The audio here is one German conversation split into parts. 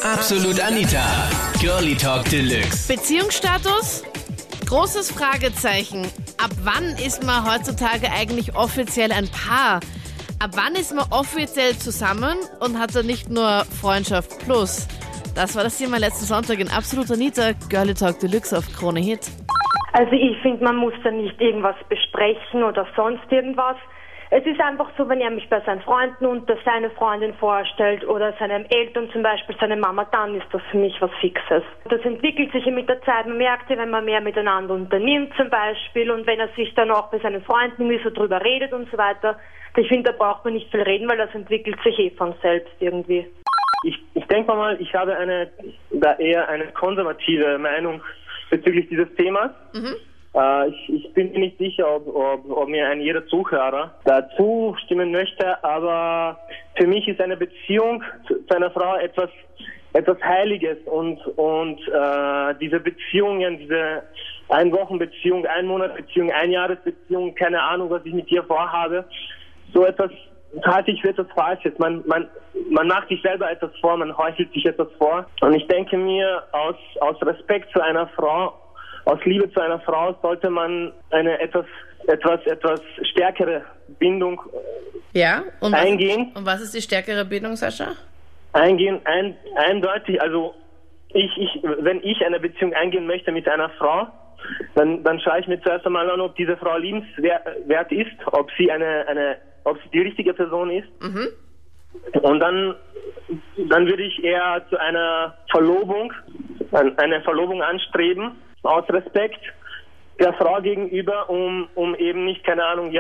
Absolut Anita, Girlie Talk Deluxe. Beziehungsstatus? Großes Fragezeichen. Ab wann ist man heutzutage eigentlich offiziell ein Paar? Ab wann ist man offiziell zusammen und hat dann nicht nur Freundschaft plus? Das war das Thema letzten Sonntag in Absolut Anita, Girlie Talk Deluxe auf Krone Hit. Also ich finde, man muss da nicht irgendwas besprechen oder sonst irgendwas. Es ist einfach so, wenn er mich bei seinen Freunden unter seine Freundin vorstellt oder seinen Eltern zum Beispiel seine Mama, dann ist das für mich was Fixes. Das entwickelt sich ja mit der Zeit. Man merkt ja, wenn man mehr miteinander unternimmt zum Beispiel und wenn er sich dann auch bei seinen Freunden so drüber redet und so weiter. Ich finde, da braucht man nicht viel reden, weil das entwickelt sich von selbst irgendwie. Ich denke mal, ich habe eher eine konservative Meinung bezüglich dieses Themas. Ich bin mir nicht sicher, ob mir jeder Zuhörer dazu stimmen möchte, aber für mich ist eine Beziehung zu einer Frau etwas Heiliges und diese Beziehungen, diese Ein-Wochen-Beziehung, Ein-Monat-Beziehung, Ein-Jahres-Beziehung, keine Ahnung, was ich mit dir vorhabe, so etwas halte ich für etwas Falsches. Man macht sich selber etwas vor, man heuchelt sich etwas vor und ich denke mir, aus Respekt zu einer Frau, aus Liebe zu einer Frau sollte man eine etwas stärkere Bindung eingehen. Und was ist die stärkere Bindung, Sascha? Eindeutig. Also wenn ich eine Beziehung eingehen möchte mit einer Frau, dann schaue ich mir zuerst einmal an, ob diese Frau liebenswert ist, ob sie ob sie die richtige Person ist. Und dann würde ich eher zu einer Verlobung anstreben, aus Respekt der Frau gegenüber, um eben nicht, keine Ahnung,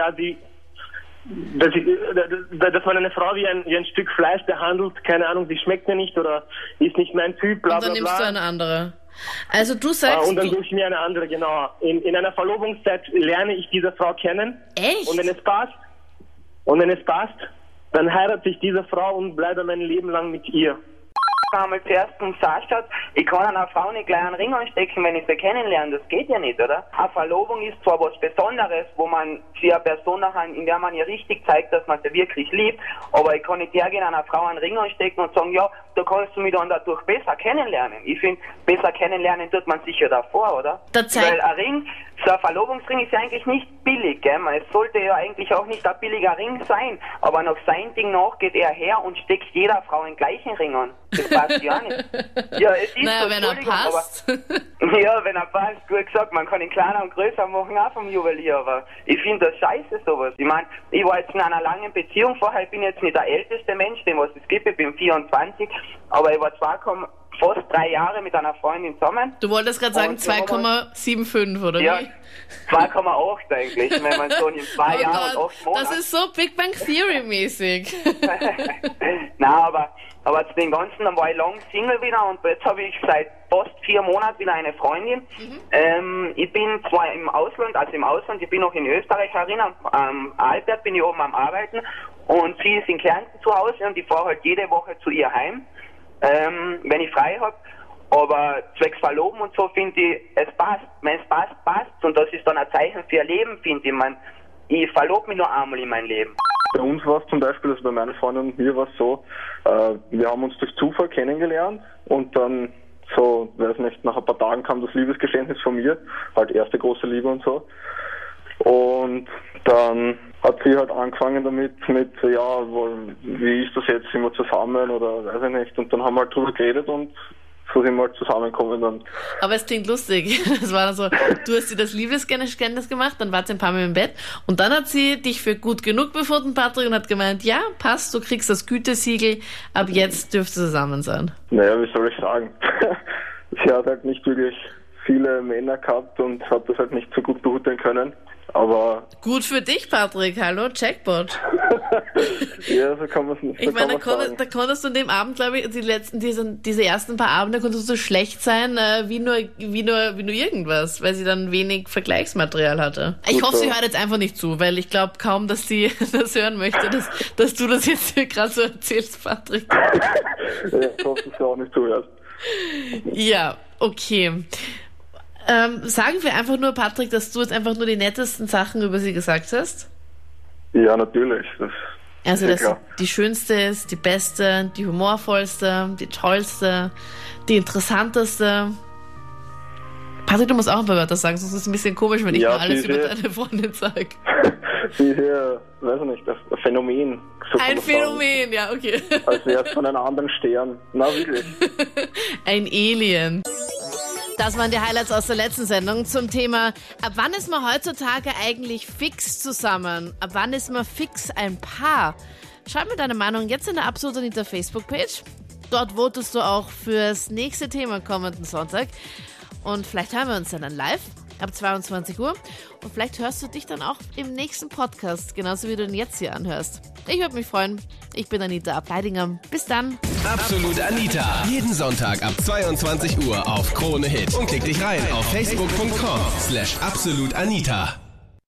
dass man eine Frau wie ein Stück Fleisch behandelt, keine Ahnung, sie schmeckt mir nicht oder ist nicht mein Typ, bla bla bla. Und dann nimmst du eine andere. Also du sagst... und dann suche ich mir eine andere, genau. In einer Verlobungszeit lerne ich diese Frau kennen. Echt? Und wenn es passt, dann heirate ich diese Frau und bleibe mein Leben lang mit ihr. Einmal zuerst zum Sascha, ich kann einer Frau nicht gleich einen Ring anstecken, wenn ich sie kennenlerne, das geht ja nicht, oder? Eine Verlobung ist zwar was Besonderes, wo man für eine Person nachher, in der man ihr richtig zeigt, dass man sie wirklich liebt, aber ich kann nicht hergehen, einer Frau einen Ring anstecken und sagen, ja, da kannst du mich dann dadurch besser kennenlernen. Ich finde, besser kennenlernen tut man sicher davor, oder? Weil ein Ring, so ein Verlobungsring ist ja eigentlich nicht billig, gell? Es sollte ja eigentlich auch nicht ein billiger Ring sein, aber nach seinem Ding nach geht er her und steckt jeder Frau den gleichen Ring an. Das passt ja nicht. Ja, es ist naja, wenn er passt. Ja, wenn er passt, gut gesagt, man kann ihn kleiner und größer machen auch vom Juwelier, aber ich finde das scheiße sowas. Ich meine, ich war jetzt in einer langen Beziehung vorher, ich bin jetzt nicht der älteste Mensch, dem was es gibt, ich bin 24, aber ich war fast 3 Jahre mit einer Freundin zusammen. Du wolltest gerade sagen 2,75, oder wie? Ja, 2,8 eigentlich, wenn man so in 2 Jahren und 8 Monaten... Das ist so Big Bang Theory mäßig. Nein, aber zu den Ganzen, dann war ich lang Single wieder und jetzt habe ich seit fast 4 Monaten wieder eine Freundin. Ich bin zwar im Ausland, ich bin noch in Österreich herinnen, am Albert bin ich oben am Arbeiten und sie ist in Kärnten zu Hause und ich fahre halt jede Woche zu ihr heim, wenn ich frei habe. Aber zwecks Verloben und so finde ich, es passt. Wenn es passt, passt. Und das ist dann ein Zeichen für ihr Leben, finde ich. Ich verlobe mich nur einmal in mein Leben. Bei uns war es zum Beispiel, also bei meiner Freundin und mir war es so, wir haben uns durch Zufall kennengelernt und dann so, weiß nicht, nach ein paar Tagen kam das Liebesgeständnis von mir, halt erste große Liebe und so. Und dann hat sie halt angefangen damit, wie ist das jetzt, sind wir zusammen oder weiß ich nicht. Und dann haben wir halt drüber geredet und so sind wir halt zusammengekommen dann. Aber es klingt lustig. Es war dann so, du hast dir das Liebesgeständnis gemacht, dann wart ihr ein paar Mal im Bett und dann hat sie dich für gut genug befunden, Patrick, und hat gemeint, ja, passt, du kriegst das Gütesiegel, ab jetzt dürft ihr zusammen sein. Naja, wie soll ich sagen? Sie hat halt nicht wirklich viele Männer gehabt und hat das halt nicht so gut beurteilen können. Aber gut für dich, Patrick. Hallo, Jackpot. Ja, so kann man es nicht. Ich meine, da konntest du an dem Abend, glaube ich, diese ersten paar Abende konntest du so schlecht sein, wie nur irgendwas, weil sie dann wenig Vergleichsmaterial hatte. Ich hoffe, sie hört jetzt einfach nicht zu, weil ich glaube kaum, dass sie das hören möchte, dass du das jetzt gerade so erzählst, Patrick. Ja, ich hoffe, dass sie auch nicht zuhört. Ja, okay. Sagen wir einfach nur, Patrick, dass du jetzt einfach nur die nettesten Sachen über sie gesagt hast? Ja, natürlich. Das Also, dass sie die schönste ist, die beste, die humorvollste, die tollste, die interessanteste. Patrick, du musst auch ein paar Wörter sagen, sonst ist es ein bisschen komisch, wenn ich nur alles über deine Freundin sage. Sie ist ja, weiß ich nicht, ein Phänomen. So ein Phänomen, ja, okay. Als wäre es von einem anderen Stern. Na, wirklich. Ein Alien. Das waren die Highlights aus der letzten Sendung zum Thema, ab wann ist man heutzutage eigentlich fix zusammen? Ab wann ist man fix ein Paar? Schreib mir deine Meinung jetzt in der Absolut Anita Facebook-Page. Dort votest du auch fürs nächste Thema kommenden Sonntag. Und vielleicht hören wir uns dann live ab 22 Uhr. Und vielleicht hörst du dich dann auch im nächsten Podcast, genauso wie du ihn jetzt hier anhörst. Ich würde mich freuen. Ich bin Anita Ableidinger. Bis dann. Absolut Anita. Jeden Sonntag ab 22 Uhr auf Krone Hit. Und klick dich rein auf facebook.com/absolutanita.